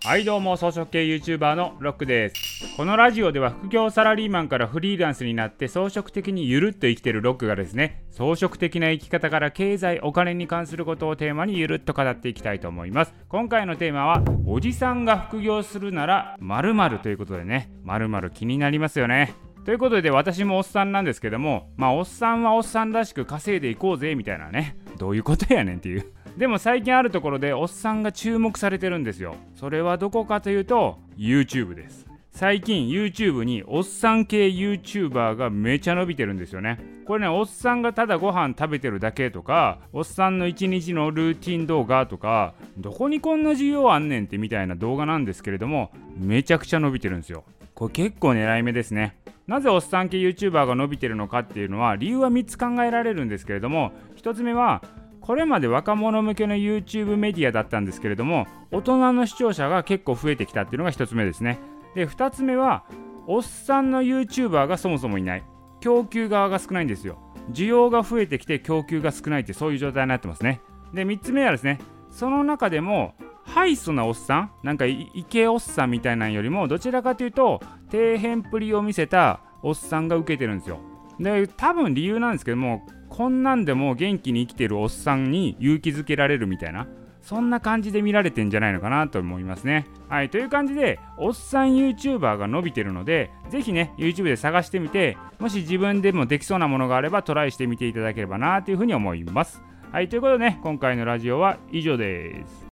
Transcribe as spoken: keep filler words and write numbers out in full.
はいどうも、草食系 YouTuber のロックです。このラジオでは副業サラリーマンからフリーランスになって装飾的にゆるっと生きてるロックがですね、装飾的な生き方から経済お金に関することをテーマにゆるっと語っていきたいと思います。今回のテーマはおじさんが副業するなら〇〇ということでね、〇〇気になりますよね。ということで私もおっさんなんですけども、まあおっさんはおっさんらしく稼いでいこうぜみたいなね、どういうことやねんっていうでも最近あるところでおっさんが注目されてるんですよ。それはどこかというと YouTube です。最近 YouTube におっさん系 YouTuber がめちゃ伸びてるんですよね。これね、おっさんがただご飯食べてるだけとか、おっさんの一日のルーティン動画とか、どこにこんな需要あんねんってみたいな動画なんですけれども、めちゃくちゃ伸びてるんですよ。これ結構狙い目ですね。なぜおっさん系 YouTuber が伸びてるのかっていうのは理由はみっつ考えられるんですけれども、ひとつめはこれまで若者向けの YouTube メディアだったんですけれども、大人の視聴者が結構増えてきたっていうのがひとつめですね。で、ふたつめはおっさんの YouTuber がそもそもいない、供給側が少ないんですよ。需要が増えてきて供給が少ないって、そういう状態になってますね。で、みっつめはですね、その中でもハイソなおっさん、なんかイケおっさんみたいなのよりもどちらかというと底辺っぷりを見せたおっさんが受けてるんですよ。で、多分理由なんですけども、こんなんでも元気に生きてるおっさんに勇気づけられるみたいな、そんな感じで見られてんじゃないのかなと思いますね。はい、という感じでおっさん YouTuber が伸びてるので、ぜひね YouTube で探してみて、もし自分でもできそうなものがあればトライしてみていただければなというふうに思います。はい、ということでね、今回のラジオは以上です。